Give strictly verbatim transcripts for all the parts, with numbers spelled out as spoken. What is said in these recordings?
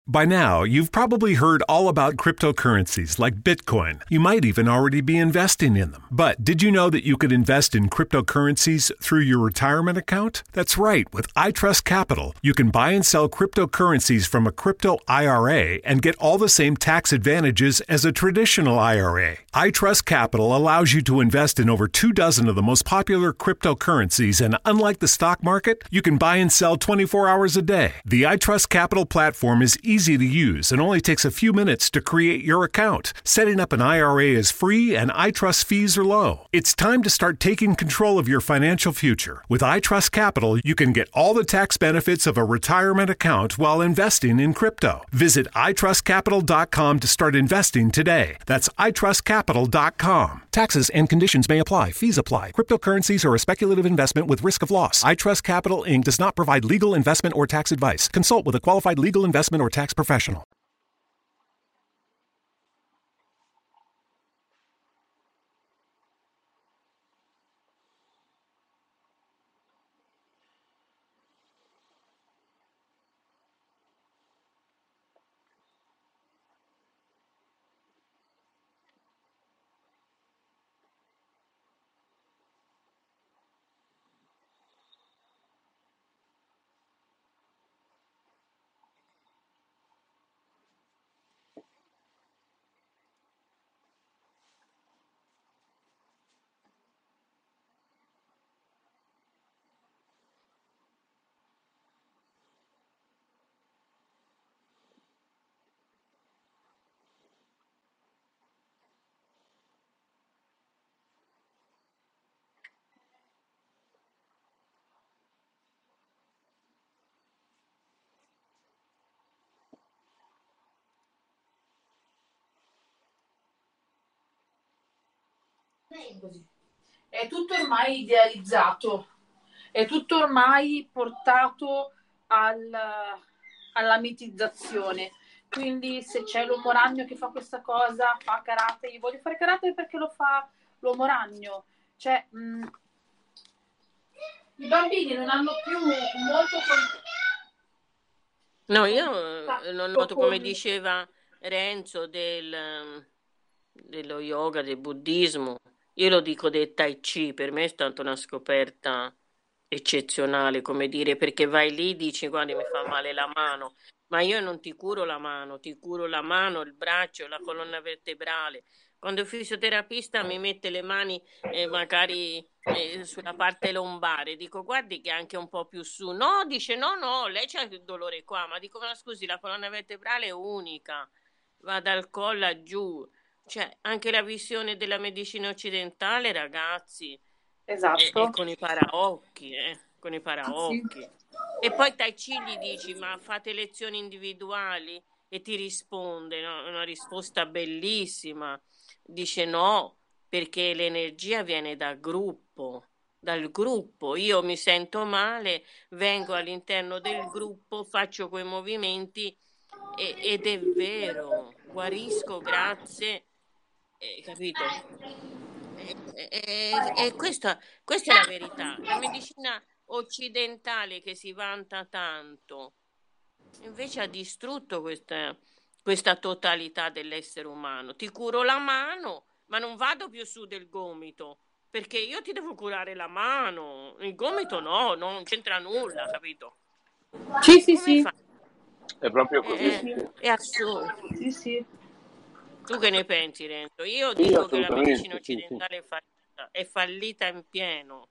By now, you've probably heard all about cryptocurrencies like Bitcoin. You might even already be investing in them. But did you know that you could invest in cryptocurrencies through your retirement account? That's right. With iTrust Capital, you can buy and sell cryptocurrencies from a crypto I R A and get all the same tax advantages as a traditional I R A. iTrust Capital allows you to invest in over two dozen of the most popular cryptocurrencies, and unlike the stock market, you can buy and sell twenty-four hours a day. The iTrust Capital platform is easy to use and only takes a few minutes to create your account. Setting up an I R A is free and iTrust fees are low. It's time to start taking control of your financial future. With iTrust Capital, you can get all the tax benefits of a retirement account while investing in crypto. Visit i trust capital dot com to start investing today. That's i trust capital dot com. Taxes and conditions may apply. Fees apply. Cryptocurrencies are a speculative investment with risk of loss. iTrust Capital, Incorporated does not provide legal investment or tax advice. Consult with a qualified legal investment or tax professional. Così. È tutto ormai idealizzato, è tutto ormai portato al, alla mitizzazione. Quindi se c'è l'uomo ragno che fa questa cosa, fa karate, io voglio fare karate perché lo fa l'uomo ragno. Cioè, mh, i bambini non hanno più molto... No, io lo noto, come diceva Renzo, del, dello yoga, del buddismo. Io lo dico del Tai Chi, per me è stata una scoperta eccezionale, come dire, perché vai lì, dici, guarda, mi fa male la mano, ma io non ti curo la mano, ti curo la mano, il braccio, la colonna vertebrale. Quando il fisioterapista mi mette le mani eh, magari eh, sulla parte lombare, dico, guardi che è anche un po' più su. No, dice, no, no, lei c'ha il dolore qua, ma dico, ma scusi, la colonna vertebrale è unica, va dal collo a giù. Cioè, anche la visione della medicina occidentale, ragazzi, Esatto. è, è con i paraocchi, eh, con i paraocchi. Sì. E poi Tai Chi gli dici, ma fate lezioni individuali? E ti risponde, no? Una risposta bellissima. Dice no, perché l'energia viene dal gruppo, dal gruppo. Io mi sento male, vengo all'interno del gruppo, faccio quei movimenti e, ed è vero, guarisco grazie. Eh, capito? E, e- e questa, questa è la verità. La medicina occidentale che si vanta tanto, invece ha distrutto questa, questa totalità dell'essere umano. Ti curo la mano, ma non vado più su del gomito, perché io ti devo curare la mano. Il gomito no, non c'entra nulla, capito? Sì, sì, Come sì. fa? È proprio così. È, è assurdo. Sì, sì. Tu che ne pensi, Renzo? Io Sì, dico che la medicina assolutamente, sì, sì. occidentale è fallita, è fallita in pieno,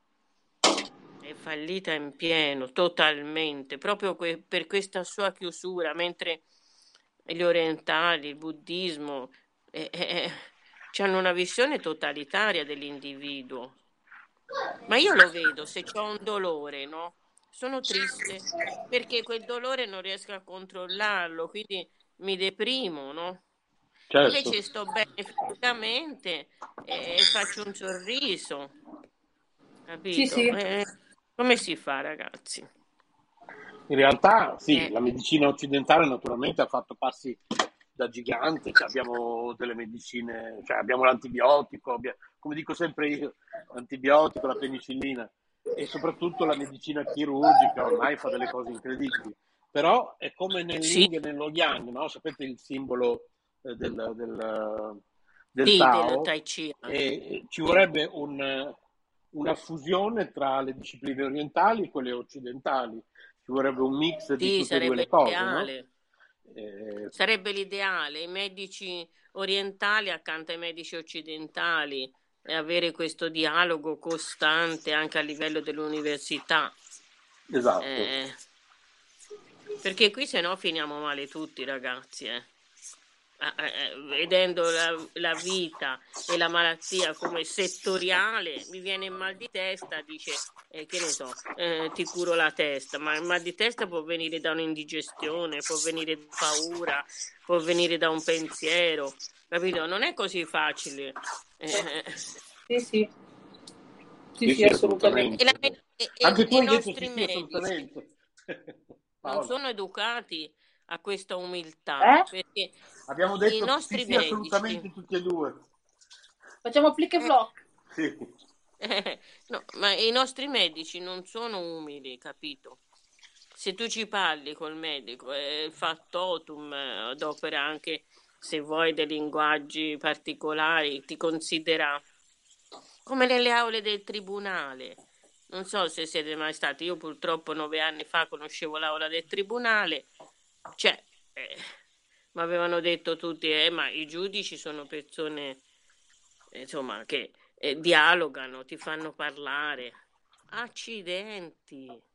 è fallita in pieno, totalmente, proprio que- per questa sua chiusura, mentre gli orientali, il buddismo, eh, eh, hanno una visione totalitaria dell'individuo. Ma io lo vedo, se c'ho un dolore, no? Sono triste, perché quel dolore non riesco a controllarlo, quindi mi deprimo, no? Certo. Invece sto bene fisicamente e faccio un sorriso, capito? Sì, sì. Eh, come si fa, ragazzi? In realtà sì, Eh. la medicina occidentale naturalmente ha fatto passi da gigante, cioè abbiamo delle medicine, cioè abbiamo l'antibiotico, abbia- come dico sempre io, l'antibiotico, la penicillina e soprattutto la medicina chirurgica ormai fa delle cose incredibili. però è come nel Sì, Yin e nello Yang, no? Sapete il simbolo eh, del, del, del sì, del Tao? Tai Chi anche. E ci vorrebbe un, una fusione tra le discipline orientali e quelle occidentali, ci vorrebbe un mix di Sì, tutte e due le sarebbe cose, no? l'ideale. Eh, Sarebbe l'ideale, i medici orientali accanto ai medici occidentali e avere questo dialogo costante anche a livello dell'università. esatto. Eh, perché qui se no finiamo male tutti, ragazzi, eh. Ah, eh, eh, vedendo la, la vita e la malattia come settoriale, mi viene il mal di testa, dice, eh, che ne so, eh, ti curo la testa, ma il mal di testa può venire da un'indigestione, può venire da paura, può venire da un pensiero, capito? Non è così facile. Eh, eh. Sì, sì, sì, Sì, sì, sì, assolutamente. E, la assolutamente. me- e- e- Anche e tu i hai detto nostri sì, sì, medici assolutamente. non Paola, sono educati a questa umiltà, Eh? perché abbiamo i detto sì, nostri sì, medici... assolutamente tutti e due. Facciamo flick e eh, flock. Sì, Eh, no, ma i nostri medici non sono umili, capito? Se tu ci parli col medico, è factotum, eh, adopera anche, se vuoi, dei linguaggi particolari, ti considera come nelle aule del tribunale. Non so se siete mai stati, io purtroppo nove anni fa conoscevo l'aula del tribunale, cioè, eh, mi avevano detto tutti, eh, ma i giudici sono persone, eh, insomma, che eh, dialogano, ti fanno parlare. Accidenti,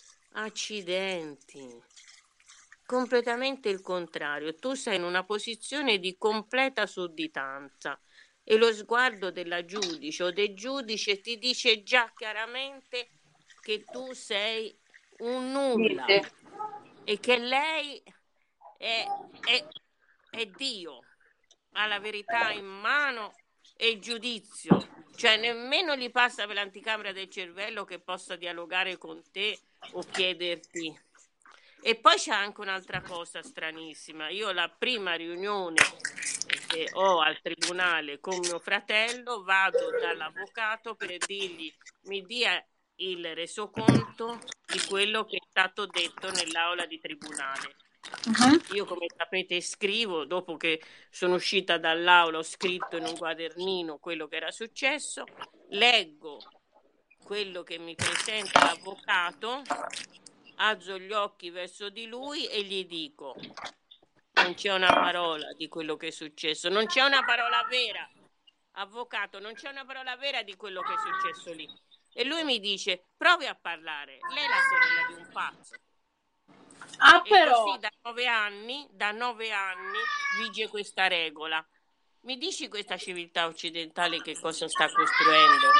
accidenti. Completamente il contrario. Tu sei in una posizione di completa sudditanza e lo sguardo della giudice o del giudice ti dice già chiaramente che tu sei un nulla Niente. e che lei è, è, è Dio, ha la verità in mano e il giudizio, cioè nemmeno gli passa per l'anticamera del cervello che possa dialogare con te o chiederti. E poi c'è anche un'altra cosa stranissima. Io la prima riunione che ho al tribunale con mio fratello vado dall'avvocato per dirgli mi dia il resoconto di quello che è stato detto nell'aula di tribunale. Mhm. Io, come sapete, scrivo, dopo che sono uscita dall'aula, ho scritto in un quadernino quello che era successo, leggo quello che mi presenta l'avvocato, alzo gli occhi verso di lui e gli dico: non c'è una parola di quello che è successo, non c'è una parola vera, avvocato, non c'è una parola vera di quello che è successo lì. E lui mi dice: provi a parlare, lei è la sorella di un pazzo. Ah, E così però, da nove anni, da nove anni vige questa regola. Mi dici questa civiltà occidentale che cosa sta costruendo?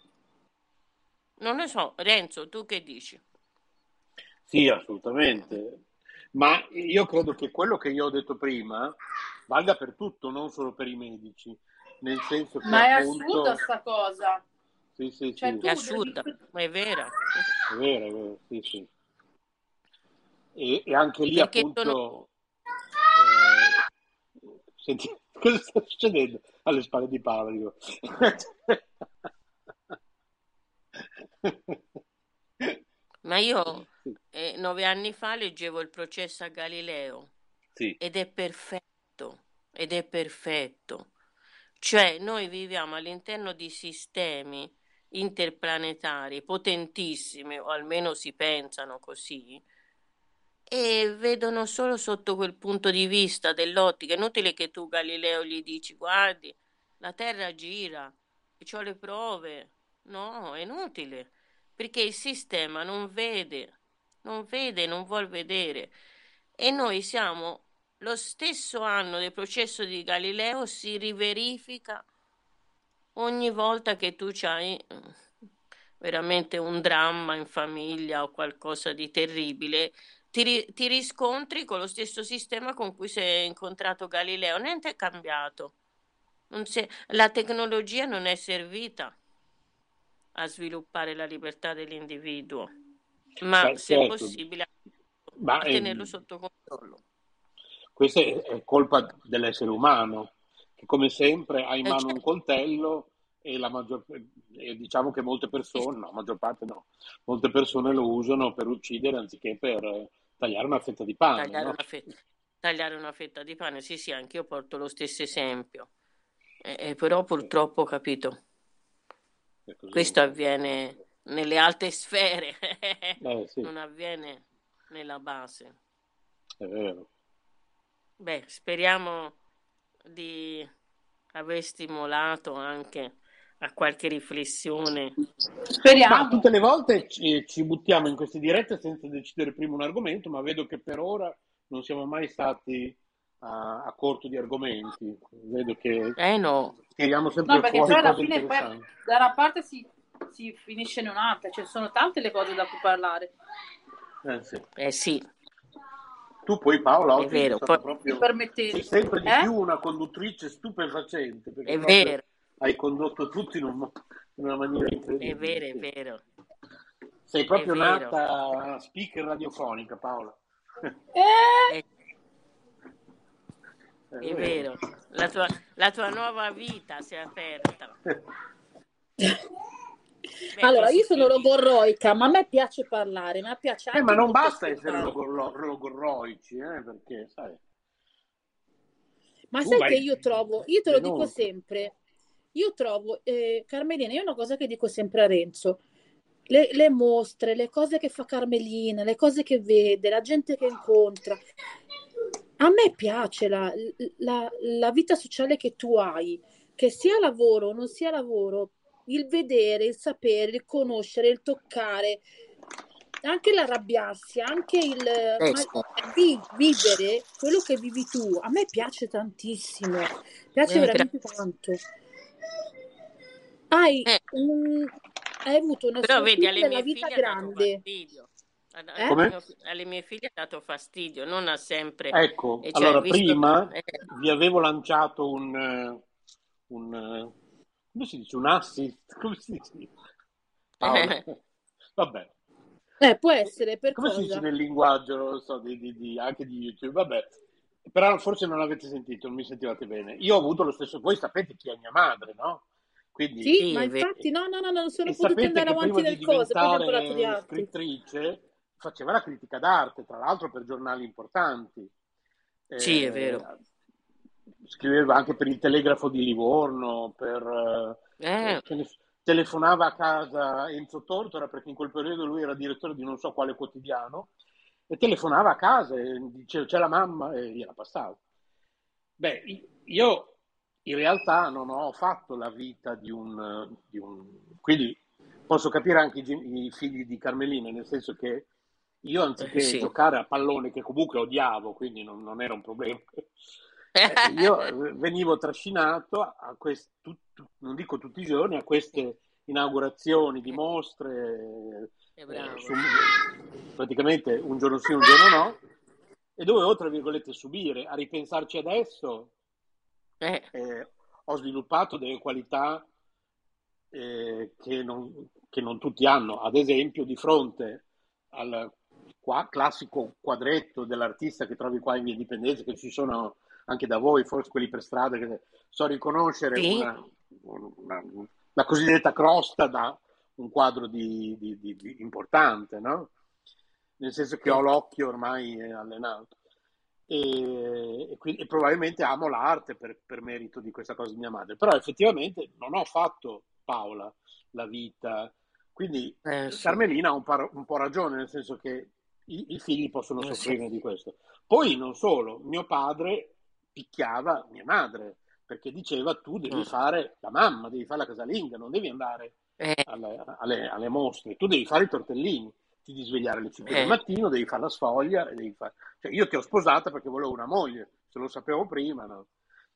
Non lo so, Renzo, tu che dici? sì, assolutamente. Ma io credo che quello che io ho detto prima valga per tutto, non solo per i medici, nel senso che ma è assurda appunto, sta cosa. sì, sì, Cioè, sì, È tu devi... assurda, ma è vera. è vero, è vero, sì, sì. E, e anche lì Perché sono... appunto, eh, senti, cosa sta succedendo alle spalle di Paolo? Dico. Ma io Sì, eh, nove anni fa leggevo il processo a Galileo sì, ed è perfetto, ed è perfetto. Cioè, noi viviamo all'interno di sistemi interplanetari potentissimi, o almeno si pensano così, e vedono solo sotto quel punto di vista dell'ottica. È inutile che tu, Galileo, gli dici: guardi, la Terra gira, e c'ho le prove. No, è inutile, perché il sistema non vede, non vede, non vuol vedere. E noi siamo lo stesso anno del processo di Galileo, si riverifica ogni volta che tu hai veramente un dramma in famiglia o qualcosa di terribile, ti, ri- ti riscontri con lo stesso sistema con cui si è incontrato Galileo. Niente è cambiato. Non si è- la tecnologia non è servita a sviluppare la libertà dell'individuo, ma beh, se certo, possibile ma a tenerlo ehm, sotto controllo. questa è, è colpa dell'essere umano, che come sempre ha in Eh, mano un certo, coltello e, la maggior, e diciamo che molte sì, persone, no, maggior parte no, molte persone lo usano per uccidere anziché per, tagliare una fetta di pane, tagliare no? una fetta, tagliare una fetta di pane, sì, sì, anch'io porto lo stesso esempio. Eh, eh, però purtroppo, capito, È così. questo avviene nelle alte sfere, Eh sì, non avviene nella base. è vero. Beh, speriamo di aver stimolato anche a qualche riflessione. Ma Speriamo. tutte le volte ci, ci buttiamo in queste dirette senza decidere prima un argomento, ma vedo che per ora non siamo mai stati a, a corto di argomenti. Vedo che Eh no, tiriamo No, sempre perché fuori poi alla cose fine poi interessanti. da una parte si, si finisce in un'altra, ci sono tante le cose da cui parlare. Eh sì. eh sì, Tu poi Paola è oggi sei vero, stata poi Se proprio, permettete. sei sempre di Eh? più una conduttrice stupefacente, perché è proprio vero, hai condotto tutti in, un mo- in una maniera è incredibile. vero, è Sì. vero, Sei è proprio vero. nata speaker radiofonica, Paola. Eh? È, È è vero. vero, la tua, la tua nuova vita si è aperta. Beh, Allora, che io si sono dice? logorroica, ma a me piace parlare, ma piace Eh, ma anche non molto basta essere ascoltare. logorro- logorroici, eh, perché, sai, Ma tu sai che vai io trovo, io te lo ben dico oltre. sempre, io trovo, eh, Carmelina, io una cosa che dico sempre a Renzo, le, le mostre, le cose che fa Carmelina, le cose che vede, la gente che incontra, a me piace la, la- la vita sociale che tu hai, che sia lavoro o non sia lavoro, il vedere, il sapere, il conoscere, il toccare, anche l'arrabbiarsi, anche il Eh ma sì, vi- vivere quello che vivi tu, a me piace tantissimo, piace eh, gra- veramente tanto. Hai, eh, un, hai avuto una però vedi, scoperta alle della mie vita figlie ha dato grande, fastidio. Ad- al eh? Come? mio fi- alle mie figlie ha dato fastidio, non ha sempre, Ecco, e cioè, allora visto, prima eh, vi avevo lanciato un, eh, un eh, come si dice, un assist, come si dice? Paola, vabbè. Eh, può essere per Come si dice cosa? nel linguaggio, non lo so, di, di- di- anche di YouTube? Vabbè, però forse non l'avete sentito, non mi sentivate bene. Io ho avuto lo stesso, voi sapete chi è mia madre, no? Quindi, Sì, sì, ma è vero, infatti no, no, no, non e sono potuti sapete andare che avanti prima di nel coso, poi abbiamo parlato di diventare altri. scrittrice faceva la critica d'arte, tra l'altro per giornali importanti. sì, è Eh, vero. scriveva anche per il Telegrafo di Livorno, per, eh, Eh, tele- telefonava a casa Enzo Tortora perché in quel periodo lui era direttore di non so quale quotidiano e telefonava a casa e diceva c'è la mamma e gliela passava. Beh, i- io in realtà non ho fatto la vita di un, di un- quindi posso capire anche i, gen- i figli di Carmelina, nel senso che io eh, anziché sì. giocare a pallone, che comunque odiavo, quindi non, non era un problema, eh, io eh, venivo trascinato a questi, non dico tutti i giorni, a queste inaugurazioni di mostre, È eh, bravo, su- sì. praticamente un giorno sì, un giorno no, e dovevo, tra virgolette, subire. A ripensarci adesso, Eh, eh, ho sviluppato delle qualità eh, che, non, che non tutti hanno. Ad esempio, di fronte al qua- classico quadretto dell'artista che trovi qua in Via Indipendenza, che ci sono anche da voi, forse quelli per strada, che so riconoscere sì, una, una- la cosiddetta crosta da un quadro di, di- di- di importante, no? Nel senso che ho certo. l'occhio ormai allenato. E, e quindi, e probabilmente amo l'arte per, per merito di questa cosa di mia madre, però effettivamente non ho fatto Paola la vita, quindi Eh, sì. Carmelina ha un, par- un po' ragione, nel senso che i, i figli possono Eh, sì. soffrire di questo. Poi non solo, mio padre picchiava mia madre perché diceva tu devi Mm. fare la mamma, devi fare la casalinga, non devi andare Eh, alle, alle- alle mostre, tu devi fare i tortellini, ti devi svegliare alle cinque del eh, mattino, devi fare la sfoglia, e devi fare... cioè, io ti ho sposata perché volevo una moglie, se lo sapevo prima, no?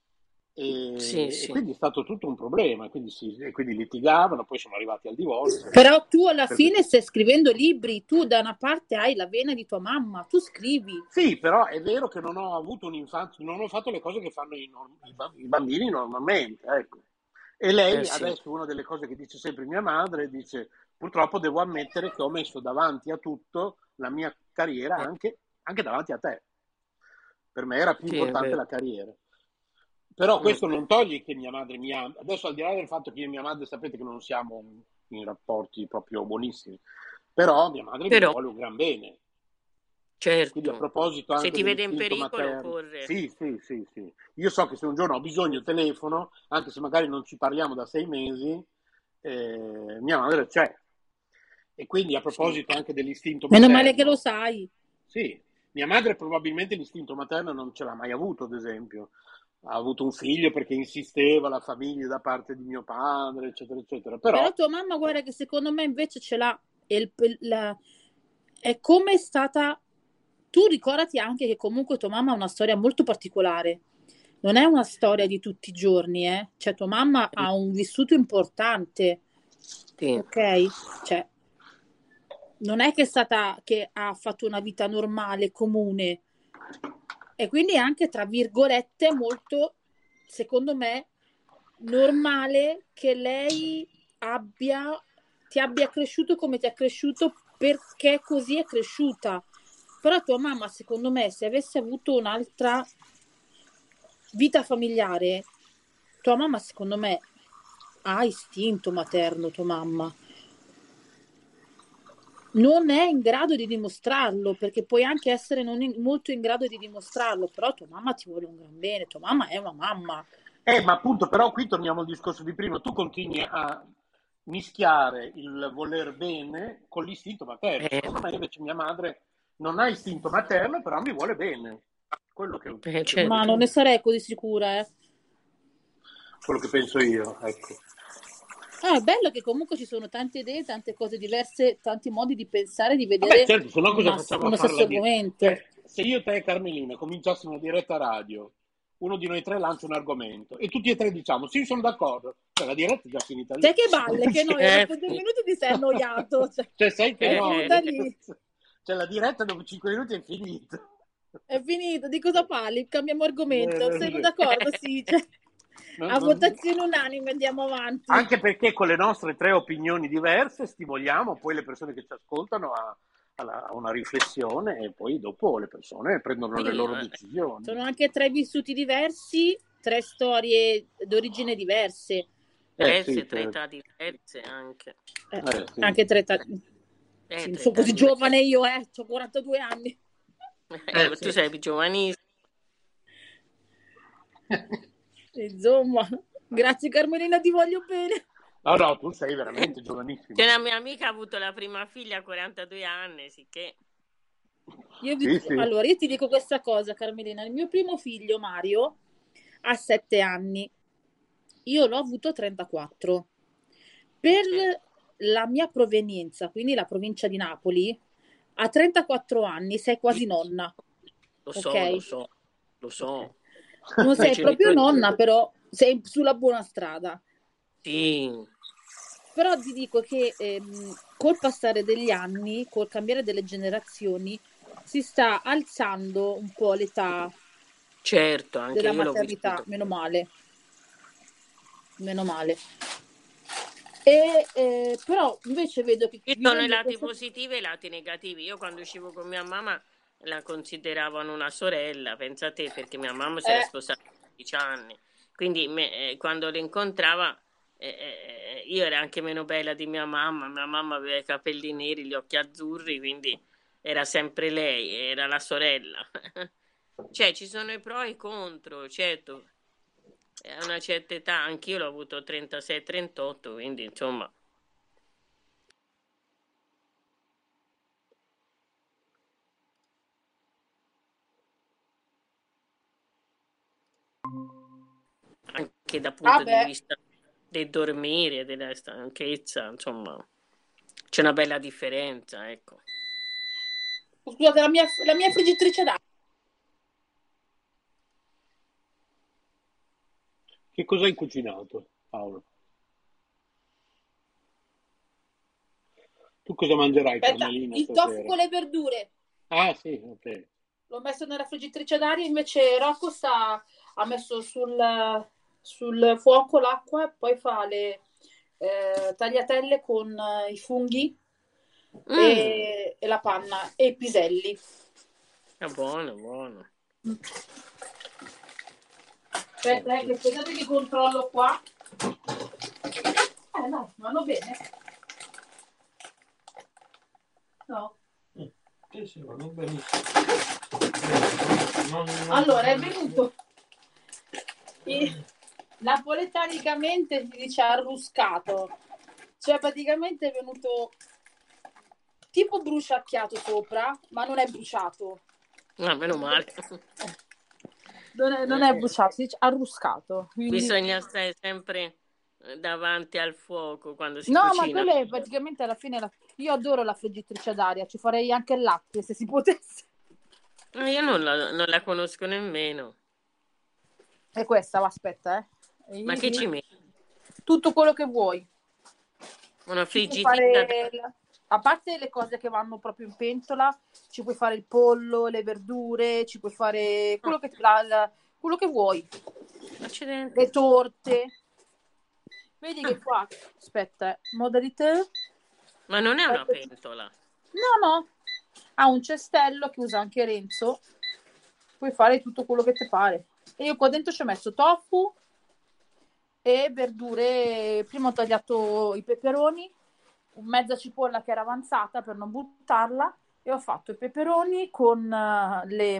sì, E, e sì. quindi è stato tutto un problema, quindi, si, e quindi litigavano, poi siamo arrivati al divorzio. Però tu alla Per questo... fine stai scrivendo libri, tu da una parte hai la vena di tua mamma, tu scrivi. Sì, però è vero che non ho avuto un'infanzia, non ho fatto le cose che fanno i, norm- i ba- i bambini normalmente, ecco. E Eh, lei sì. adesso una delle cose che dice sempre mia madre, dice purtroppo devo ammettere che ho messo davanti a tutto la mia carriera Eh, anche, anche davanti a te. Per me era più sì, è importante vero. la carriera. Però Mm. questo non toglie che mia madre mi ama. Adesso al di là del fatto che io e mia madre sapete che non siamo in rapporti proprio buonissimi, però mia madre mi Però, vuole un gran bene. Quindi a certo. proposito Se anche ti vede in dell'istinto pericolo, materno, corre. sì, sì, sì, sì. Io so che se un giorno ho bisogno telefono, anche se magari non ci parliamo da sei mesi, eh, mia madre c'è. E quindi a Sì. proposito anche dell'istinto Meno male che lo materno, sai. sì, mia madre probabilmente l'istinto materno non ce l'ha mai avuto, ad esempio. Ha avuto un figlio perché insisteva la famiglia da parte di mio padre, eccetera, eccetera. Però Però, tua mamma, guarda che secondo me invece ce l'ha. E il- il- la- è come è stata. Tu ricordati anche che comunque tua mamma ha una storia molto particolare. Non è una storia di tutti i giorni, eh? Cioè, tua mamma ha un vissuto importante, Sì. ok? Cioè, non è che è stata che ha fatto una vita normale, comune. E quindi è anche, tra virgolette, molto, secondo me, normale che lei abbia, ti abbia cresciuto come ti ha cresciuto perché così è cresciuta. Però tua mamma, secondo me, se avesse avuto un'altra vita familiare, tua mamma, secondo me, ha istinto materno, tua mamma. Non è in grado di dimostrarlo, perché puoi anche essere non in- molto in grado di dimostrarlo, però tua mamma ti vuole un gran bene, tua mamma è una mamma. eh, ma appunto, però qui torniamo al discorso di prima, tu continui a mischiare il voler bene con l'istinto materno. Eh, Secondo me invece mia madre non ha istinto materno, però mi vuole bene. Quello che, eh, che voglio Ma certo. non ne dire, sarei così sicura, eh. quello che penso io, ecco. Ah, è bello che comunque ci sono tante idee, tante cose diverse, tanti modi di pensare, di Vabbè, vedere certo, se no cosa una- facciamo a uno farla stesso dire? argomento. Cioè, se io, te e Carmelina cominciassimo una diretta radio, uno di noi tre lancia un argomento e tutti e tre diciamo sì, sono d'accordo, cioè la diretta è già finita lì. Sai che balle che noi Eh, dopo due sì. minuti ti sei annoiato, cioè, Cioè, sai che sei no, finita lì, cioè la diretta dopo cinque minuti è finita. è finito, di cosa parli? Cambiamo Eh, argomento, sei eh, d'accordo? Sì, cioè, non- a non- votazione unanime andiamo avanti. Anche perché con le nostre tre opinioni diverse stimoliamo poi le persone che ci ascoltano a, alla- a una riflessione e poi dopo le persone prendono le Sì, loro eh, decisioni. Sono anche tre vissuti diversi, tre storie d'origine diverse, Eh diverse, sì, tre certo. età diverse anche. Eh, Eh, sì. anche tre età. Eh, Sì, non tre sono età così diverse. giovane io, eh, ho quarantadue anni. Eh, Eh, ma sì. tu sei più giovanissimo. Insomma, grazie Carmelina, ti voglio bene. No, no, tu sei veramente giovanissimo. C'è una mia amica ha avuto la prima figlia a quarantadue anni, sicché. Io vi- Sì, sì. Allora, io ti dico questa cosa, Carmelina. Il mio primo figlio, Mario, ha sette anni. Io l'ho avuto a trentaquattro. Per Certo. la mia provenienza, quindi la provincia di Napoli, a trentaquattro anni sei quasi nonna. Lo so, Ok? lo so, lo so. Non I miei sei proprio genitori- nonna, però sei sulla buona strada. Sì, Però ti dico che ehm, col passare degli anni, col cambiare delle generazioni, si sta alzando un po' l'età certo, anche della io l'ho maternità, vissuto. meno male. Meno male. E, eh, però invece vedo che Ci sono i vivendo lati questa... positivi e i lati negativi. Io quando uscivo con mia mamma la consideravano una sorella, pensa te, perché mia mamma si era Eh, sposata a quindici anni. Quindi me- eh, quando le incontrava eh, eh, io ero anche meno bella di mia mamma. Mia mamma aveva i capelli neri, gli occhi azzurri, quindi era sempre lei, era la sorella. Cioè, ci sono i pro e i contro, certo. A una certa età, anch'io l'ho avuto trentasei trentotto, quindi insomma. Anche dal punto di vabbè, vista del dormire, della stanchezza, insomma, c'è una bella differenza, ecco. scusate, la mia, la mia friggitrice d'acqua. Che cosa hai cucinato, Paolo? Tu cosa mangerai, Aspetta, Carmelina, il tofu stasera? con le verdure. Ah, sì, ok. L'ho messo nella friggitrice d'aria, invece Rocco sta, ha messo sul, sul fuoco l'acqua e poi fa le eh, tagliatelle con eh, i funghi Mm, e, e la panna e i piselli. è buono, buono. Aspetta, eh, che aspettate che controllo qua. Eh no, vanno bene. No. Sì, sì. Sì, va benissimo. Non, non Allora, è venuto i- napoletanicamente si dice arruscato, cioè praticamente è venuto tipo bruciacchiato sopra, ma non è bruciato. Ah, meno male. Non è, non è bruciato, si dice arruscato. Quindi... Bisogna stare sempre davanti al fuoco quando si No, ma cucina. quello è praticamente alla fine... La... Io adoro la friggitrice ad aria, ci farei anche il latte se si potesse. Ah, io non la, non la conosco nemmeno. E questa, va, aspetta, eh. Ma che ci metti? Tutto quello che vuoi. Una Ci puoi friggitrice? fare... A parte le cose che vanno proprio in pentola, ci puoi fare il pollo, le verdure, ci puoi fare quello che, la, la- quello che vuoi. Accidenti. Le torte. Vedi che qua, aspetta, eh, modalità. Ma non è una pentola. No, no, ha un cestello che usa anche Renzo. Puoi fare tutto quello che ti pare. E io qua dentro ci ho messo tofu e verdure. Prima ho tagliato i peperoni, mezza cipolla che era avanzata per non buttarla, e ho fatto i peperoni con uh, le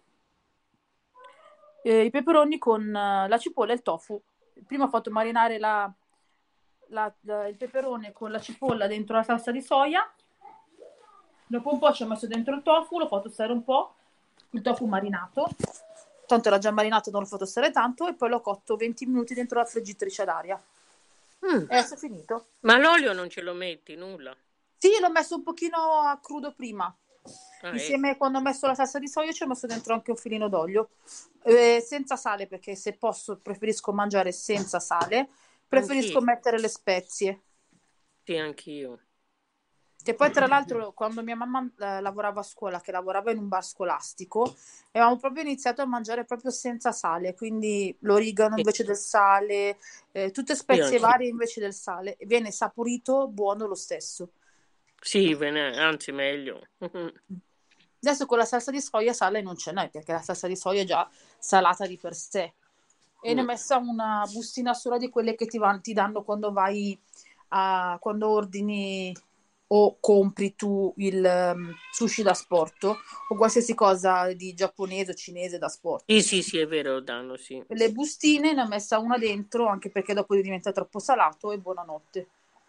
eh, i peperoni con uh, la cipolla e il tofu. Prima ho fatto marinare la, la, la, il peperone con la cipolla dentro la salsa di soia. Dopo un po' ci ho messo dentro il tofu, l'ho fatto stare un po', il tofu marinato, tanto era già marinato, non l'ho fatto stare tanto, e poi l'ho cotto venti minuti dentro la friggitrice ad aria. Mm. E adesso è finito. Ma l'olio non ce lo metti, nulla? Sì, l'ho messo un pochino a crudo prima. Ah, Insieme, ecco. quando ho messo la salsa di soia, ci ho messo dentro anche un filino d'olio, eh, senza sale, perché se posso preferisco mangiare senza sale, preferisco Anch'io. mettere le spezie. Sì, anch'io. Che poi tra l'altro quando mia mamma eh, lavorava a scuola, che lavorava in un bar scolastico, avevamo proprio iniziato a mangiare proprio senza sale, quindi l'origano Sì, invece del sale, eh, tutte sì, spezie anch'io. varie invece del sale, e viene saporito, buono lo stesso. Sì, ve ne- anzi meglio. Adesso con la salsa di soia sale non ce n'è, perché la salsa di soia è già salata di per sé. E ne ho Mm. messa una bustina sola di quelle che ti, van- ti danno quando vai a, quando ordini o compri tu il um, sushi da sporto o qualsiasi cosa di giapponese o cinese da sport. Sì, sì, sì, è vero, danno, sì. Le bustine ne ho messa una dentro, anche perché dopo diventa troppo salato, e buonanotte.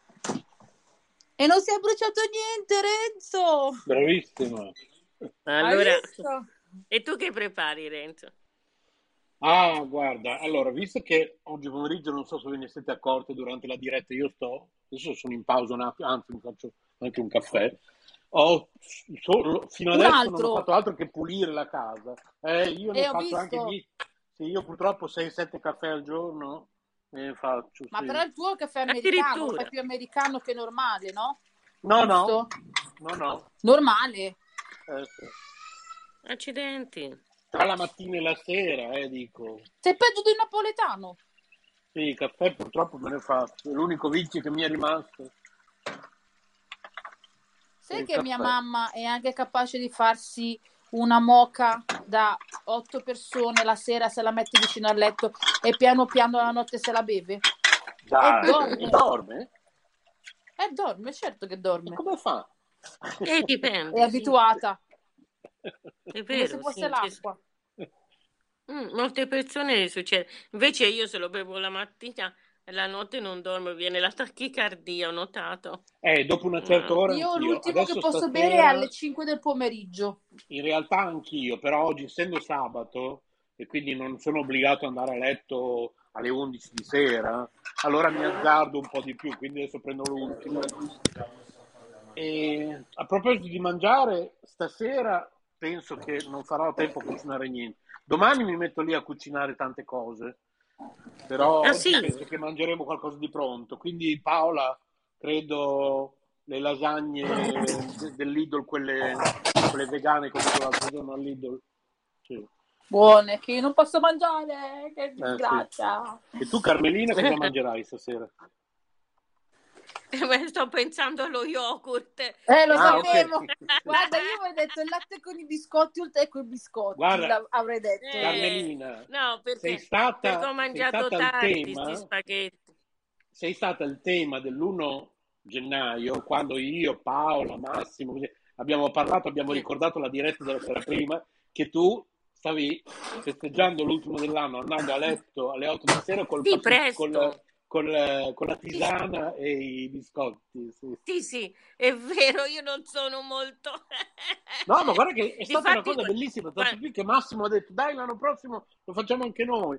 E non si è bruciato niente, Renzo! bravissima. Hai Allora, visto? e tu che prepari, Renzo? Ah, guarda, allora, visto che oggi pomeriggio non so se ve ne siete accorti durante la diretta, io sto, adesso sono in pausa un attimo, anzi mi faccio anche un caffè. Ho solo, fino Un adesso non ho altro! fatto altro che pulire la casa. Eh, io ne E ho faccio anche visto! di, sì, io purtroppo sei sette caffè al giorno ne faccio, Ma però sì. il tuo è il caffè americano, lo fai Addirittura. più americano che normale, no? No, no, Giusto? no, no. Normale. Eh, sì. Accidenti. Tra la mattina e la sera, eh, dico. Sei peggio di un napoletano. Sì, il caffè purtroppo me ne faccio, è l'unico vizio che mi è rimasto. È Sai il che mia caffè. mamma è anche capace di farsi una moka da otto persone la sera, se la mette vicino al letto, e piano piano la notte se la beve? E Dai, dorme. e dorme? E dorme, certo che E dorme. come fa? Eh, dipende, È sì. abituata, È come se vero, fosse sì. ci- l'acqua. Mm, molte persone succede. Invece io se lo bevo la mattina e la notte non dormo, viene la tachicardia, ho notato. Eh, dopo una certa Mm. ora Io anch'io. l'ultimo che Adesso posso bere è alle stasera, cinque del pomeriggio. in realtà anch'io, però oggi essendo sabato e quindi non sono obbligato ad andare a letto alle undici di sera, allora mi azzardo un po' di più, quindi adesso prendo l'ultimo. E a proposito di mangiare, stasera penso che non farò tempo a cucinare niente. Domani mi metto lì a cucinare tante cose, però Ah oggi sì? penso che mangeremo qualcosa di pronto. Quindi Paola, credo le lasagne de- del Lidl, quelle, quelle vegane che ho preso l'altro giorno al Lidl. Sì. Buone, che io non posso mangiare, che Eh, sì. disgrazia. E tu Carmelina cosa mangerai stasera? Beh, sto pensando allo yogurt. Eh, lo Ah, ok. sapevo. Guarda, io avrei detto il latte con i biscotti, il tè con i biscotti, Guarda, la- avrei detto io. Eh, Carmelina, no, sei perché, perché ho stata, sei mangiato stata al tardi sti tema, spaghetti. sei stata il tema dell'primo gennaio, quando io, Paola, Massimo, così, abbiamo parlato, abbiamo ricordato la diretta della sera prima, che tu stavi festeggiando l'ultimo dell'anno, andando a letto alle otto di sera col Sì, passi- col- presto. col- con la Sì, sì, tisana e i biscotti. Sì. sì, sì, è vero, io non sono molto... No, ma guarda che è stata una Difatti, cosa bellissima, tanto qua- più che Massimo ha detto, dai, l'anno prossimo lo facciamo anche noi.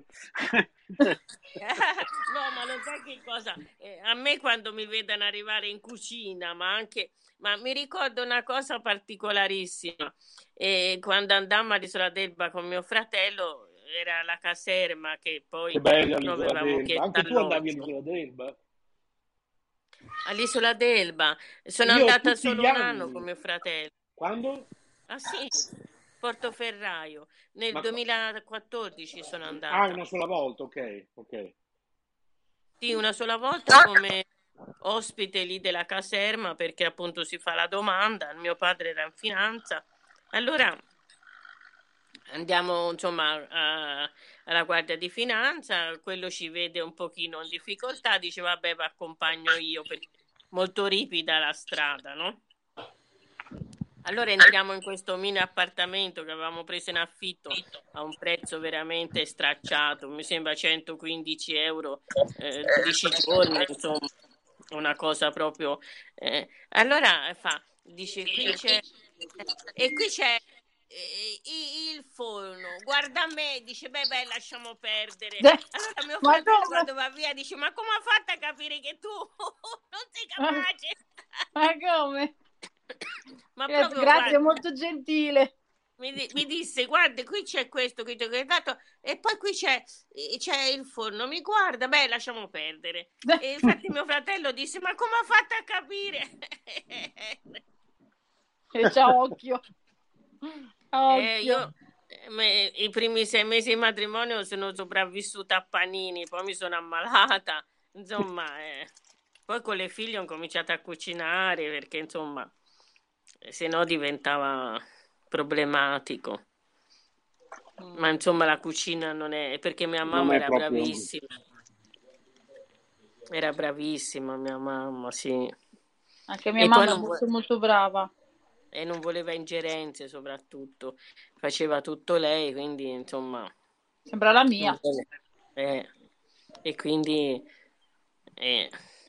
no, ma lo sai che cosa? Eh, a me quando mi vedono arrivare in cucina, ma anche, ma mi ricordo una cosa particolarissima. Eh, quando andammo all'Isola d'Elba con mio fratello, era la caserma che Che poi bella noi l'isola avevamo d'Elba. chiesto Anche tu andavi alloggio. all'isola d'Elba? All'Isola d'Elba sono Io andata tutti gli solo un anno con anni. mio fratello. Quando? Ah sì, Portoferraio. Nel Ma co- duemilaquattordici sono ah, andata. una sola volta, ok, ok. Sì, una sola volta come ospite lì della caserma perché appunto si fa la domanda, mio padre era in finanza. Allora andiamo insomma a- alla Guardia di Finanza, quello ci vede un pochino in difficoltà, dice vabbè, vi accompagno io perché è molto ripida la strada, no? Allora entriamo in questo mini appartamento che avevamo preso in affitto a un prezzo veramente stracciato, mi sembra centoquindici euro, eh, dodici giorni, insomma, una cosa proprio... eh. Allora fa, dice, qui c'è... E qui c'è eh, i- il forno, guarda a me, dice, beh, beh, lasciamo perdere. Allora mio Ma fratello come? quando va via dice, ma come ha fatto a capire che tu non sei Ma capace? ma come? Ma Grazie, proprio, grazie, guarda, molto gentile. mi, di- mi disse, guarda, qui c'è questo, qui c'è quell'altro, e poi qui c'è, eh, c'è il forno, mi guarda, beh, lasciamo perdere. E infatti mio fratello disse, ma come ha fatto a capire? E c'ha occhio. Eh, Occhio. io eh, me- i primi sei mesi di matrimonio sono sopravvissuta a panini, poi mi sono ammalata, insomma, eh. Poi con le figlie ho cominciato a cucinare perché, insomma, eh, se no diventava problematico. Ma insomma la cucina non è... perché mia Non mamma è era proprio... bravissima, era bravissima mia mamma, sì. Anche mia E poi mamma è non, vo- molto molto brava. e non voleva ingerenze soprattutto, faceva tutto lei, quindi insomma... Sembra la non mia. vole- eh, e quindi, eh,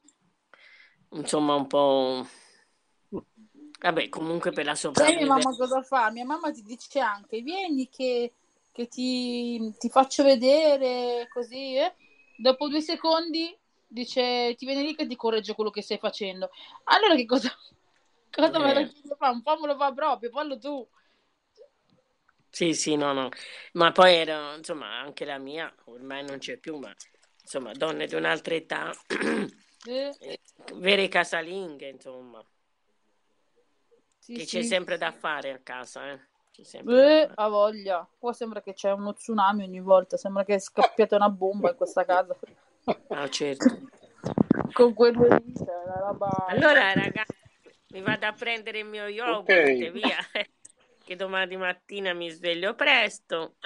insomma, un po'... Vabbè, comunque per la Sai mia sopravvivenza... mamma cosa fa? Mia mamma ti dice anche, vieni che, che ti, ti faccio vedere, così, eh? Dopo due secondi dice, ti viene lì che ti corregge quello che stai facendo. Allora che cosa, cosa me lo eh, chiede fa? Un po' me lo fa proprio, fallo tu. sì, sì, no, no. Ma poi era, insomma, anche la mia, ormai non c'è più, ma insomma, donne di un'altra età, Eh, eh, vere casalinghe, insomma, sì, che c'è sì. sempre da fare a casa, eh. C'è sempre da Eh, fare. ha voglia. Qua sembra che c'è uno tsunami ogni volta, sembra che è scoppiata una bomba in questa casa. Ah, certo. Con quello lì, c'è una roba... Allora, ragazzi, mi vado a prendere il mio Ok, yogurt e via, che domani mattina mi sveglio presto.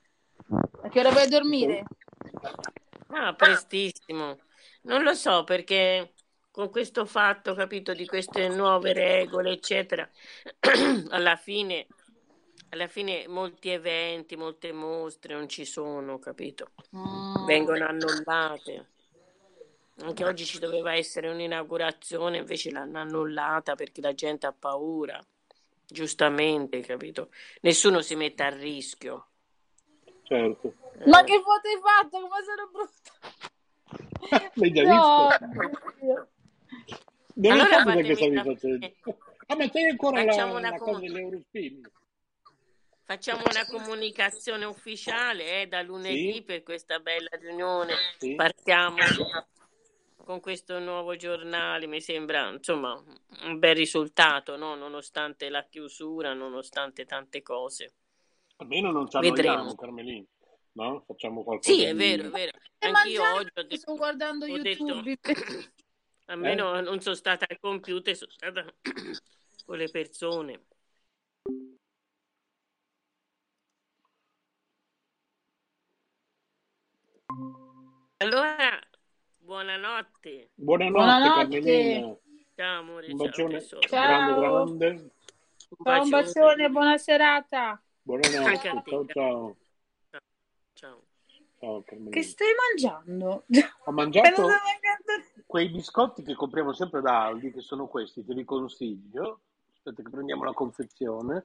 A che ora vai a dormire? Ah, prestissimo. Non lo so perché con questo fatto, capito, di queste nuove regole, eccetera, alla fine, alla fine molti eventi, molte mostre non ci sono, capito? Mm. Vengono annullate. Anche oggi ci doveva essere un'inaugurazione, invece l'hanno annullata perché la gente ha paura. Giustamente, capito? Nessuno si mette a rischio. certo. Ma Eh. che foto hai fatto? Come sono brutta! L'hai già No, visto? Non lo Allora so cosa che fatemi stavi una- facendo. Ah, ma c'è ancora facciamo la, una, la com- cosa dell'Eurospin? facciamo una comunicazione ufficiale eh, da lunedì Sì, per questa bella riunione. sì. Partiamo con questo nuovo giornale, mi sembra insomma un bel risultato, no? Nonostante la chiusura, nonostante tante cose. Almeno non ci Vedremo. annoiamo, Carmelina. No? Facciamo Sì, qualcosa è vero, è di... vero. e Anch'io mangiare oggi ho detto, sto guardando ho detto YouTube. almeno non sono stata al computer, sono stata con le persone. Allora, buonanotte. Buonanotte, Buonanotte. Carmelina. Ciao amore, Un ciao bacione tesoro. Ciao. grande, grande. Un Ciao, un bacione bacione, buona serata. anche a Buonanotte, te. ciao ciao. Ciao. Ciao Che Carmelina. stai mangiando? Ho Che non mangiato stai mangiando? quei biscotti che compriamo sempre da Aldi, che sono questi, te li consiglio. Aspetta che prendiamo la confezione.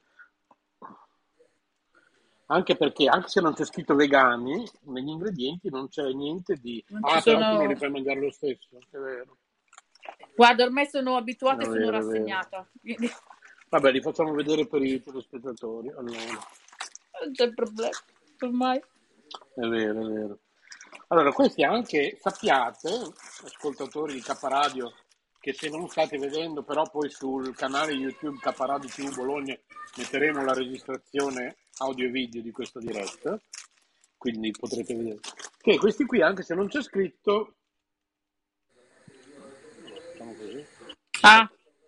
Anche perché, anche se non c'è scritto vegani, negli ingredienti non c'è niente di... Non ci Ah, però tu non li sono... fai mangiare lo stesso, è vero. Guarda, ormai sono È abituata e sono vero, è vero. rassegnata. Quindi Vabbè, li facciamo vedere per i telespettatori. Allora, non c'è problema. Ormai. è vero, è vero. Allora, questi anche, sappiate, ascoltatori di K Radio, che se non state vedendo, però poi sul canale YouTube K Radio T V Bologna metteremo la registrazione audio e video di questa diretta, quindi potrete vedere. Che questi qui, anche se non c'è scritto, facciamo così, Ah,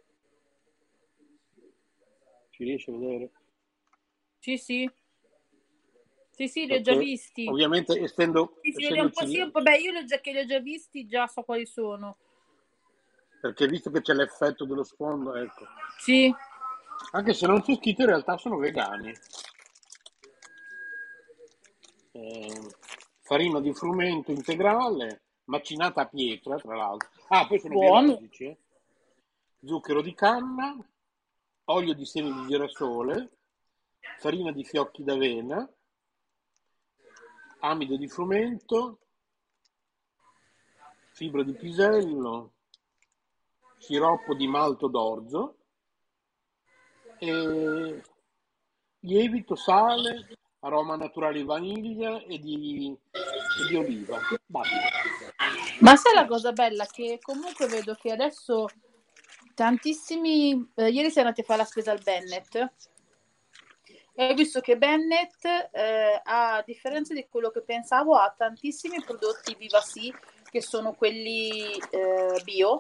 si riesce a vedere? sì, sì. Sì, sì, li ho già Perché visti. ovviamente essendo, Sì, sì, vediamo un po', essendoci, sì, un po'. Beh, io li ho già, che li ho già visti, già so quali sono. perché visto che c'è l'effetto dello sfondo, ecco. Sì. Anche se non c'è scritto, in realtà sono vegani. Eh, farina di frumento integrale, macinata a pietra, tra l'altro. Ah, poi sono Buono. biologici, eh. Zucchero di canna, olio di semi di girasole, farina di fiocchi d'avena, amido di frumento, fibra di pisello, sciroppo di malto d'orzo, e lievito, sale, aroma naturale di vaniglia e di, e di oliva. Basta. Ma sai la cosa bella? Che comunque vedo che adesso tantissimi... eh, ieri siamo andati a fare la spesa al Bennett e ho visto che Bennett, eh, a differenza di quello che pensavo, ha tantissimi prodotti Vivasi, che sono quelli eh, bio,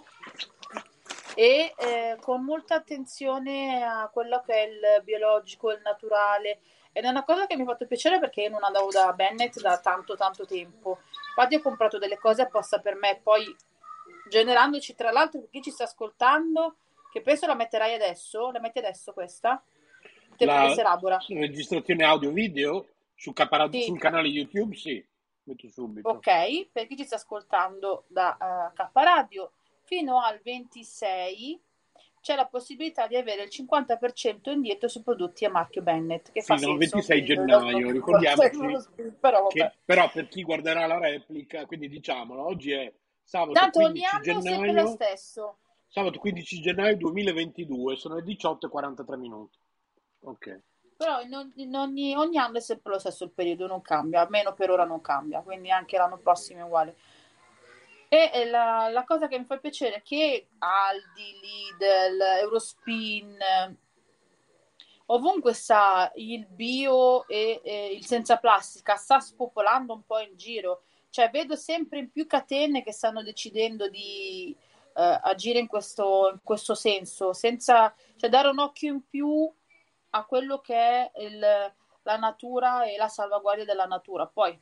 e eh, con molta attenzione a quello che è il biologico, il naturale. Ed è una cosa che mi ha fatto piacere perché io non andavo da Bennett da tanto tanto tempo. Infatti ho comprato delle cose apposta per me, poi generandoci, tra l'altro, per chi ci sta ascoltando, che penso la metterai adesso, la metti adesso questa? Tempo che La si elabora. registrazione audio video su K- Sì, sul canale YouTube, sì, metto subito. ok, per chi ci sta ascoltando da uh, K Radio, fino al ventisei c'è la possibilità di avere il cinquanta per cento indietro su prodotti a marchio Bennett, che fa Fino al senso, ventisei quindi da uno gennaio, piccolo, ricordiamoci però vabbè. che però per chi guarderà la replica, quindi diciamolo, oggi è sabato Tanto ogni quindici anno è sempre lo gennaio, stesso. sabato quindici gennaio duemilaventidue, sono le diciotto e quarantatré minuti. Ok. Però in ogni, in ogni, ogni anno è sempre lo stesso il periodo, non cambia, almeno per ora non cambia, quindi anche l'anno prossimo è uguale. E e la, la cosa che mi fa piacere è che Aldi, Lidl, Eurospin, eh, ovunque sta il bio e eh, il senza plastica, sta spopolando un po' in giro. Cioè, vedo sempre in più catene che stanno decidendo di eh, agire in questo, in questo senso, senza, cioè, dare un occhio in più a quello che è il, la natura e la salvaguardia della natura. Poi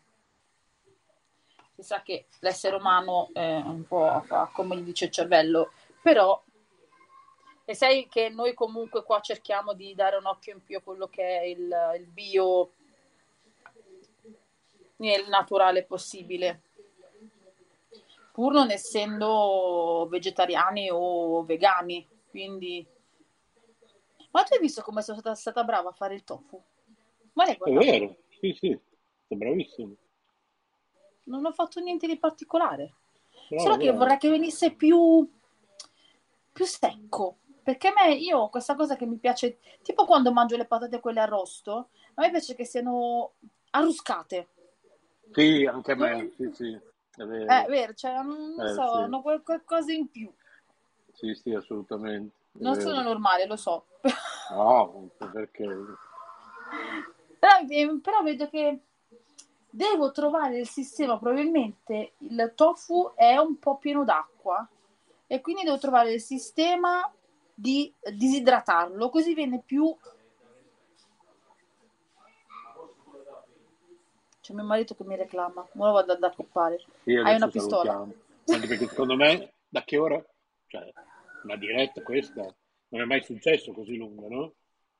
si sa che l'essere umano è un po' fa come gli dice il cervello, però e sai che noi comunque qua cerchiamo di dare un occhio in più a quello che è il, il bio e il naturale possibile, pur non essendo vegetariani o vegani, quindi... Ma tu hai visto come sono stata, stata brava a fare il tofu? Ma l'hai È guardato? vero, sì, sì, sei bravissimo. Non ho fatto niente di particolare. Bravo, Solo che bravo. vorrei che venisse più, più secco. Perché a me, io ho questa cosa che mi piace, tipo quando mangio le patate quelle arrosto, a me piace che siano arroscate. Sì, anche a Non- me, sì, sì, è Eh, vero. vero, cioè, non, non Eh, so, sì, hanno quel- qualcosa in più. sì, sì, assolutamente, è Non sono vero. normale, lo so. No, perché... Però, eh, però vedo che devo trovare il sistema, probabilmente il tofu è un po' pieno d'acqua e quindi devo trovare il sistema di disidratarlo, così viene più... C'è mio marito che mi reclama, ora lo vado ad accoppare. Sì, Hai una adesso pistola? salutiamo. Anche perché secondo me, da che ora? Cioè, una diretta questa non è mai successo così lunga, no?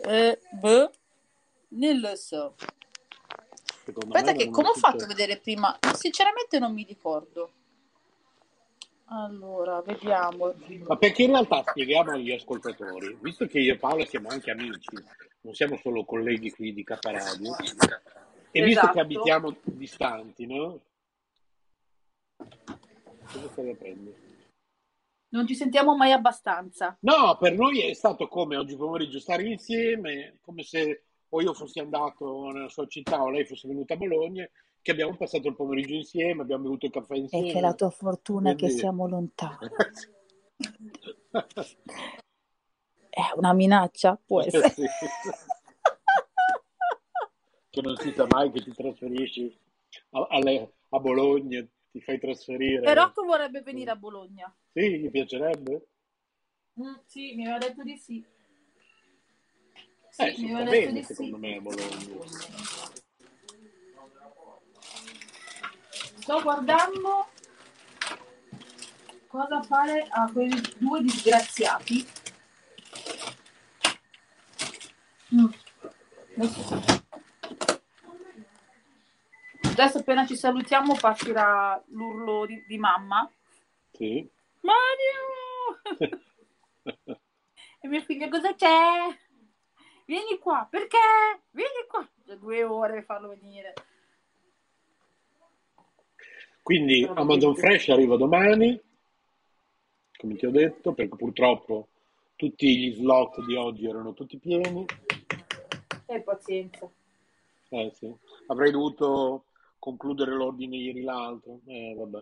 Eh, boh, non lo so. Secondo Aspetta me che non come è ho fatto a successo. vedere prima? Sinceramente non mi ricordo. Allora, vediamo. Ma perché in realtà spieghiamo agli ascoltatori, visto che io e Paola siamo anche amici, non siamo solo colleghi qui di K Radio, e visto che Esatto. abitiamo distanti, no? Cosa stai aprendo? Non ci sentiamo mai abbastanza. No, per noi è stato come oggi pomeriggio stare insieme, come se o io fossi andato nella sua città o lei fosse venuta a Bologna, che abbiamo passato il pomeriggio insieme, abbiamo bevuto il caffè È che la insieme. tua fortuna è che Quindi... siamo lontani. È una minaccia? Può essere. Sì. Che non si sa mai che ti trasferisci a, a- a Bologna, ti fai trasferire. E Rocco vorrebbe venire a Bologna. Sì, gli piacerebbe? Mm, sì, mi aveva detto di sì. Sì, Eh, si mi sta aveva detto bene di secondo sì. me a Bologna. Sto guardando cosa fare a quei due disgraziati. Mm. Adesso appena ci salutiamo partirà l'urlo di, di mamma. Sì. Mario! E mio figlio, cosa c'è? Vieni qua, perché? Vieni qua. Da due ore per farlo venire. Quindi Amazon Fresh arriva domani, come ti ho detto, perché purtroppo tutti gli slot di oggi erano tutti pieni. E pazienza. Eh sì. Avrei dovuto concludere l'ordine ieri l'altro. Eh vabbè.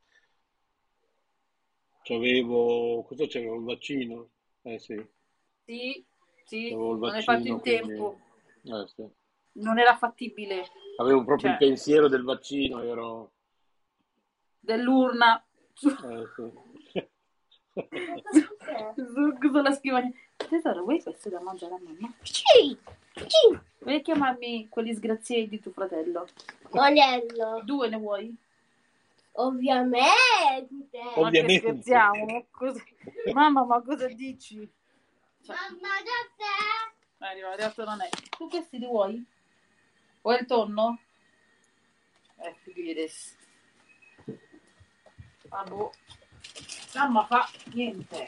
C'avevo... Cosa c'avevo? Il vaccino? Eh sì. Sì, sì, C'avevo il non è fatto vaccino, in quindi... tempo. Eh sì. Non era fattibile. Avevo proprio Cioè, il pensiero del vaccino, ero... dell'urna su, Eh sì. su, sulla scrivania. Tesoro, vuoi questo da mangiare a mamma? Sì, sì. Vuoi chiamarmi quelli sgraziati di tuo fratello? Monello, Due ne vuoi? ovviamente. Ma che Ovviamente. scherziamo? Ma cosa- Mamma, ma cosa dici? Cioè, Mamma, da te? eh, arriva, adesso non è. Tu questi li vuoi? Vuoi il tonno? Eh, figurati. Ah, boh. Mamma fa niente.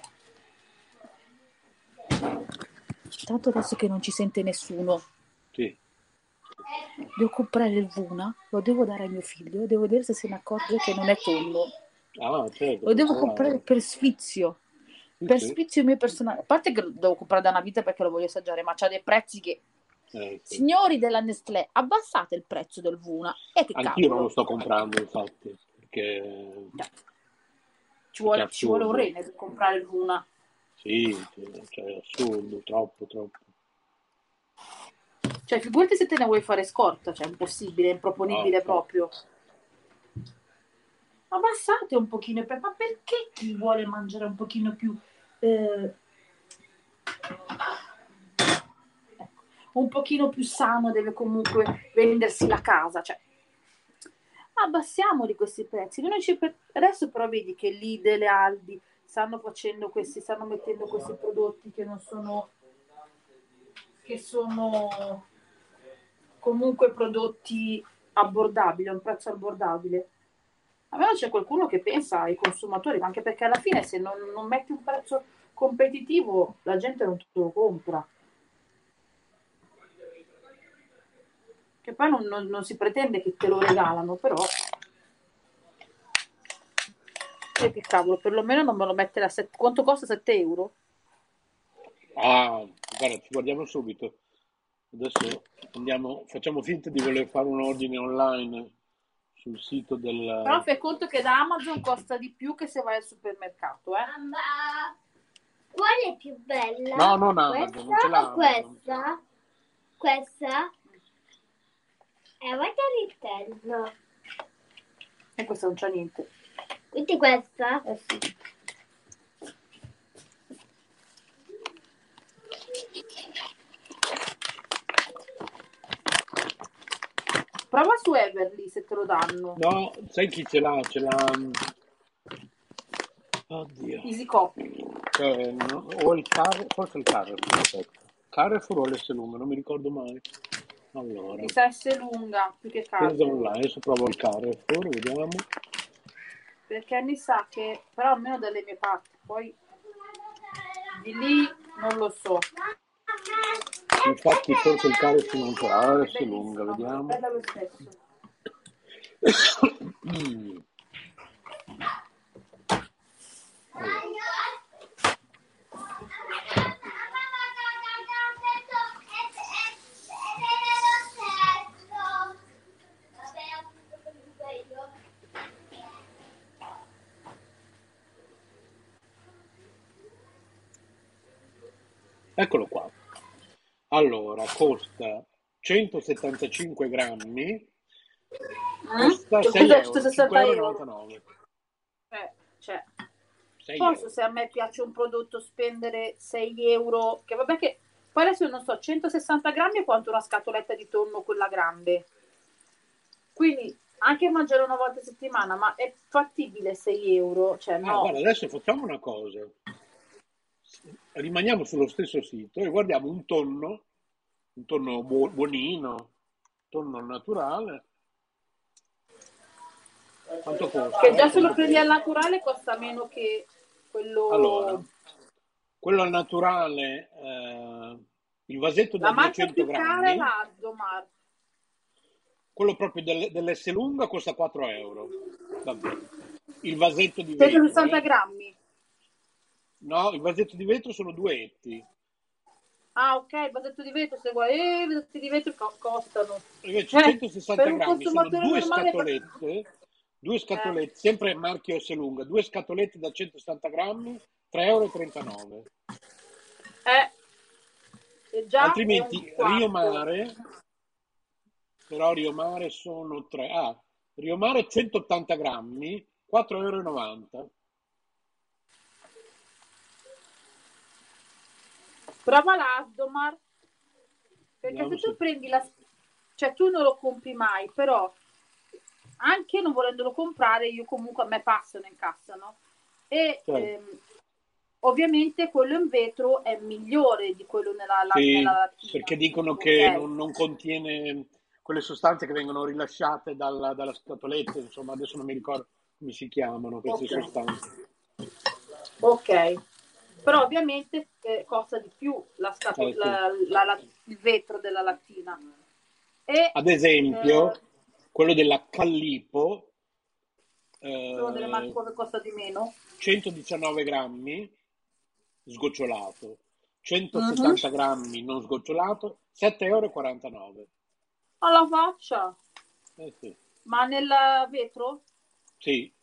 Tanto adesso che non ci sente nessuno, Sì. devo comprare il Vuna, lo devo dare a mio figlio, devo vedere se se ne accorge che non è tonno. Ah, certo. Lo devo pensavo- comprare per sfizio. Sì, Per sì. sfizio mio personale. A parte che lo devo comprare da una vita perché lo voglio assaggiare, ma c'ha dei prezzi che... Eh, sì. Signori della Nestlé, abbassate il prezzo del Vuna. E che Anch'io non cavolo. lo sto comprando, infatti, perché... Ci vuole, Perché è ci vuole un assurdo. rene per comprare il Luna. Sì, sì, cioè, è assurdo, troppo, troppo. Cioè, figurati se te ne vuoi fare scorta, cioè è impossibile, è improponibile Ah, sì. proprio. Abbassate un pochino, per- ma perché chi vuole mangiare un pochino più... eh, ecco, un pochino più sano deve comunque vendersi la casa, cioè abbassiamoli questi prezzi. Noi ci per- adesso però vedi che Lidl e Aldi stanno facendo questi, stanno mettendo questi prodotti che non sono, che sono comunque prodotti abbordabili, a un prezzo abbordabile. Almeno c'è qualcuno che pensa ai consumatori, ma anche perché alla fine se non, non metti un prezzo competitivo la gente non te lo compra. Che poi non, non- non si pretende che te lo regalano, però... E che cavolo, perlomeno non me lo mettere a sette... Quanto costa? sette euro? Ah, guarda, ci guardiamo subito. Adesso andiamo, facciamo finta di voler fare un ordine online sul sito del... Però fai conto che da Amazon costa di più che se vai al supermercato, eh? Mamma, quale è più bella? No, non Amazon, non ce Questa l'ha o Amazon. questa? Questa? Eh, guarda all'interno. E questo non c'è niente. Vedi questa? Eh sì. Prova su Everly se te lo danno. No, sai chi ce l'ha? Ce l'ha... Oddio. Easy Copy. Cioè, no, o il carro, forse il carro, aspetta. Carrefour o l'S lunga, non mi ricordo mai. Allora, Mi sa S lunga più che spesa Carrefour. online, adesso provo il Carrefour, vediamo. Perché mi sa che, però almeno dalle mie parti, poi di lì non lo so. Infatti forse il Carrefour non c'è, ah, l'S Bellissimo, lunga, vediamo. bella lo stesso. Mm. Eccolo qua. Allora, costa centosettantacinque grammi, costa Che sei cos'è euro, centosessanta cinque e euro? novantanove. Eh, cioè, sei posso euro. se a me piace un prodotto spendere sei euro, che vabbè che poi adesso non so, centosessanta grammi è quanto una scatoletta di tonno quella grande. Quindi anche mangiare una volta a settimana, ma è fattibile sei euro? Cioè Ah, no. guarda, adesso facciamo una cosa. Rimaniamo sullo stesso sito e guardiamo un tonno, un tonno buo- buonino, tonno naturale. Quanto costa? Che già se lo Quanto prendi al costa? naturale costa meno che quello... Allora, quello al naturale, eh, il vasetto da La marca duecento più cara è grammi, la Ardomar. quello proprio del- dell'S lunga costa quattro euro. Vabbè. Il vasetto di vetro, centosessanta eh? grammi. No, il vasetto di vetro sono due etti. Ah, ok, il vasetto di vetro, se vuoi, eh, i vasetti di vetro co- costano. Invece Eh, centosessanta per un grammi sono consumatore due normale... scatolette, due Eh, scatolette, sempre marchio S lunga, due scatolette da centosessanta grammi, tre euro e trentanove. eh, e già è un Altrimenti Rio quarto. Mare, però Rio Mare sono tre. Ah, Rio Mare centottanta grammi, quattro euro e novanta. Prova l'Asdomar, perché Vediamo se tu se... prendi la... Cioè tu non lo compri mai, però anche non volendolo comprare, io comunque a me passano in cassa, no? E Certo. ehm, ovviamente quello in vetro è migliore di quello nella, la- Sì, nella lattina, perché dicono che ok? non, non contiene quelle sostanze che vengono rilasciate dalla, dalla scatoletta, insomma, adesso non mi ricordo come si chiamano queste Ok, sostanze. ok. Però ovviamente eh, costa di più la scato- Eh, sì. la- la- la- il vetro della lattina. E Ad eh, esempio, quello della Callipo, sono delle marche eh, che costa di meno. centodiciannove grammi sgocciolato, Mhm. centosettanta grammi non sgocciolato, sette euro e quarantanove. Alla faccia, Eh sì, ma nel vetro? sì,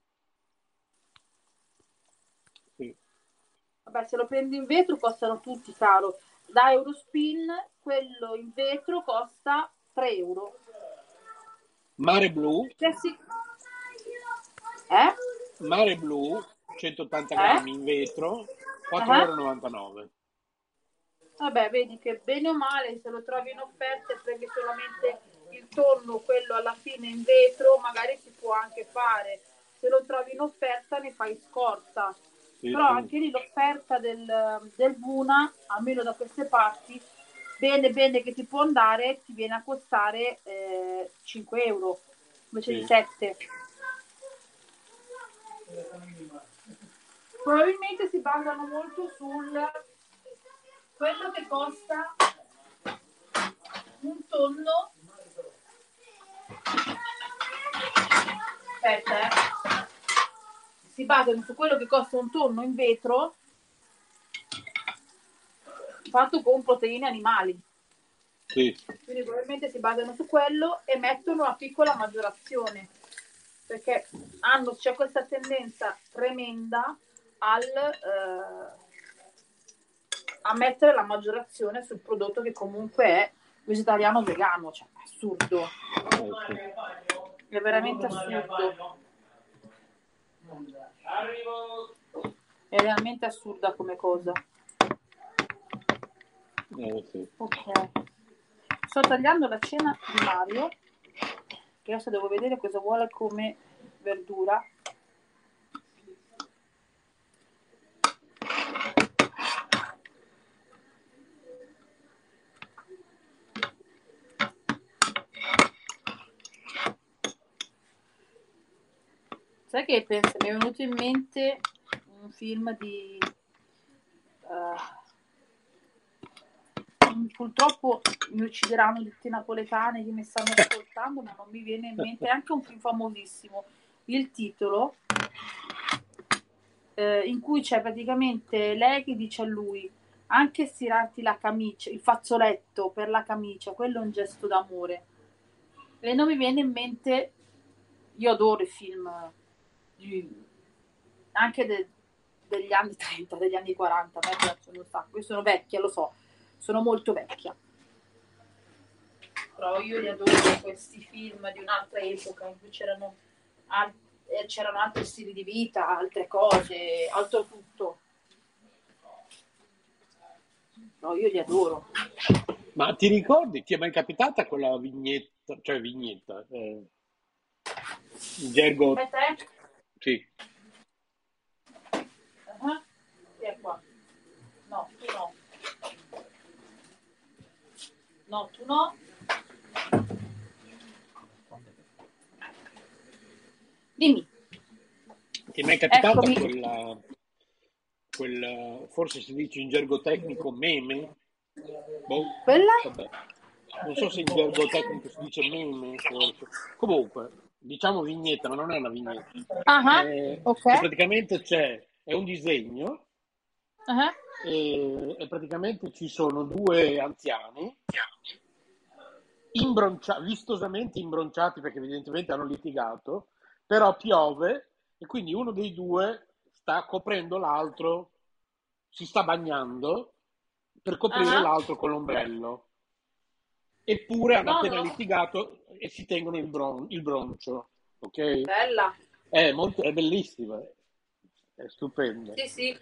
sì. Vabbè, se lo prendi in vetro costano tutti caro. Da Eurospin, quello in vetro costa tre euro. Mare Blu, Che si... Eh? Mare Blu, centottanta Eh? grammi in vetro, Ah. quattro euro e novantanove. Vabbè, vedi che bene o male se lo trovi in offerta e prendi solamente il tonno, quello alla fine in vetro, magari si può anche fare. Se lo trovi in offerta ne fai scorta. Sì, Però sì, anche lì l'offerta del, del Vuna, almeno da queste parti, bene bene che ti può andare, ti viene a costare eh, cinque euro invece di sì. sette. Probabilmente si basano molto sul quello che costa un tonno. Aspetta, eh. Si basano su quello che costa un tonno in vetro fatto con proteine animali. Sì, Quindi probabilmente si basano su quello e mettono una piccola maggiorazione, perché hanno, c'è questa tendenza tremenda al eh, a mettere la maggiorazione sul prodotto che comunque è vegetariano o vegano, cioè è assurdo, eh, sì. è veramente assurdo, è realmente assurda come cosa. Eh, sì. Ok, sto tagliando la cena di Mario, che adesso devo vedere cosa vuole come verdura. Sai che penso, mi è venuto in mente un film di... eh, purtroppo mi uccideranno tutti i napoletani che mi stanno ascoltando, ma non mi viene in mente, è anche un film famosissimo. Il titolo, eh, in cui c'è praticamente lei che dice a lui: anche stirarti la camicia, il fazzoletto per la camicia, quello è un gesto d'amore. E non mi viene in mente, io adoro i film di- anche de- degli anni trenta, degli anni quaranta, a me piacciono un sacco. Io sono vecchia, lo so, sono molto vecchia, però io li adoro questi film di un'altra epoca in cui c'erano, al- eh, c'erano altri stili di vita, altre cose, altro tutto. No, io li adoro. Ma ti ricordi, ti è mai capitata quella vignetta, cioè vignetta, eh, in gergo, E te? sì, Ah, chi è qua? No, tu no. No, tu no. Dimmi. ti è mai capitata Eccomi. quella, quel, forse si dice in gergo tecnico meme? Boh, Quella? vabbè. Non so se in gergo tecnico si dice meme, forse. Comunque, diciamo vignetta, ma non è una vignetta. Ah, Eh, ok. e praticamente c'è, è un disegno Ah, e, e praticamente ci sono due anziani imbroncia- vistosamente imbronciati perché evidentemente hanno litigato, però piove e quindi uno dei due sta coprendo l'altro, si sta bagnando per coprire ah. l'altro con l'ombrello. Eppure hanno No, appena no. litigato e si tengono il, bron- il broncio, ok? Bella. È, molto, è bellissima, è stupenda. Sì, sì.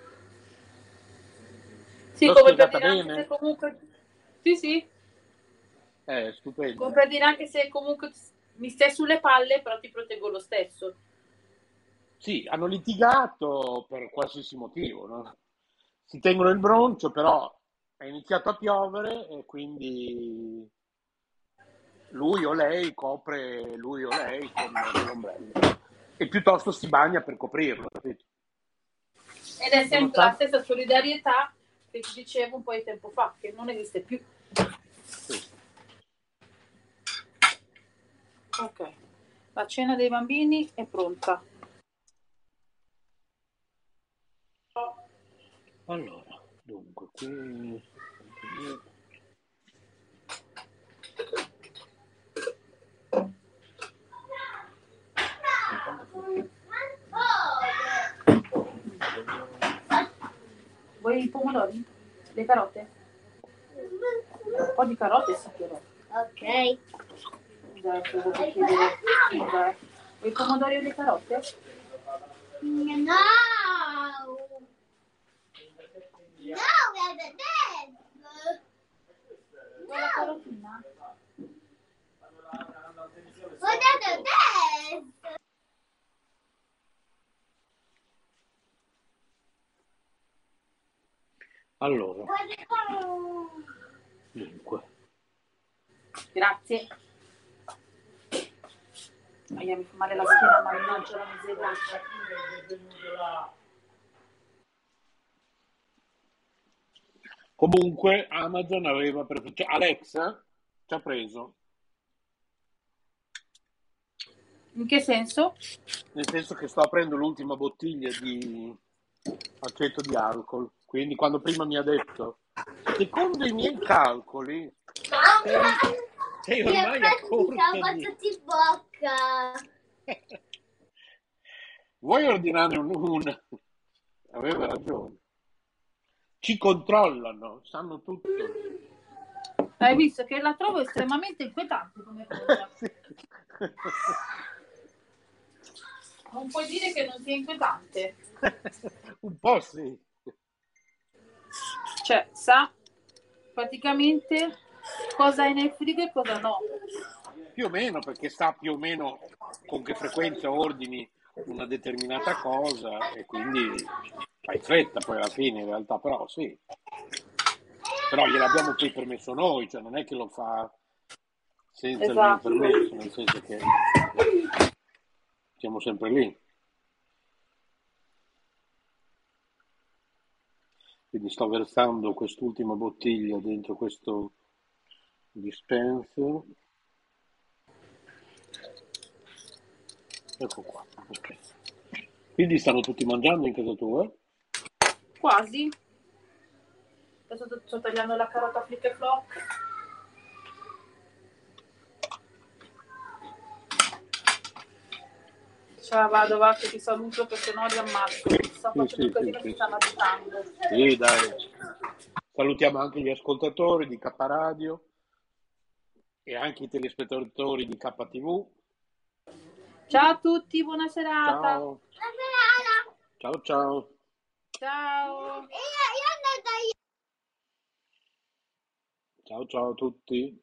Sì, L'ho come per spiegata dire anche se bene? comunque... Sì, sì. È stupenda. Come per dire anche se comunque mi stai sulle palle, però ti proteggo lo stesso. Sì, hanno litigato per qualsiasi motivo, no? Si tengono il broncio, però è iniziato a piovere e quindi lui o lei copre lui o lei con, con l'ombrello e piuttosto si bagna per coprirlo, capito? Ed è sempre la Nonostante... stessa solidarietà che ti dicevo un po' di tempo fa, che non esiste più. Sì. Ok. La cena dei bambini è pronta. Allora, dunque, qui... Vuoi i pomodori? Le carote? Un po' di carote sì, però. Ok. Dai, se vuoi chiedere. Dai. Vuoi i pomodori o le carote? No. No, guarda adesso. Vuoi la carotina? Guardate adesso. Allora, Guarda. dunque, Grazie. Aia, mi fa male la schiena, ma mannaggia la miseria. comunque Amazon aveva preso, cioè Alexa ci ha preso, In che senso? nel senso che sto aprendo l'ultima bottiglia di aceto di alcol, quindi quando prima mi ha detto, secondo i miei calcoli, sei, sei Mi ha ormai a fatto mi corto ha di... fatto in bocca. Vuoi ordinare un, un... Aveva ragione. Ci controllano, sanno tutto. Hai visto che la trovo estremamente inquietante come cosa. Sì. Non puoi dire che non sia inquietante. Un po' sì. Cioè, sa praticamente cosa è nel frigo e cosa no. Più o meno, perché sa più o meno con che frequenza ordini una determinata cosa e quindi fai fretta poi alla fine in realtà, però sì. Però gliel'abbiamo poi permesso noi, cioè non è che lo fa senza il mio Esatto. permesso, nel senso che siamo sempre lì. Quindi sto versando quest'ultima bottiglia dentro questo dispenser. Ecco qua. Ok. Quindi stanno tutti mangiando in casa tua? Quasi. Adesso sto sto tagliando la carota flick e flock. Ciao, vado, va, che ti saluto, che se no li ammazzo. Sto Sì, facendo sì, un sì, casino, sì. mi stanno agitando. Sì, dai. Salutiamo anche gli ascoltatori di K Radio e anche i telespettatori di K T V. Ciao a tutti, buona serata. Ciao, La serata. ciao, ciao. Ciao. Io, io andata Ciao, ciao a tutti.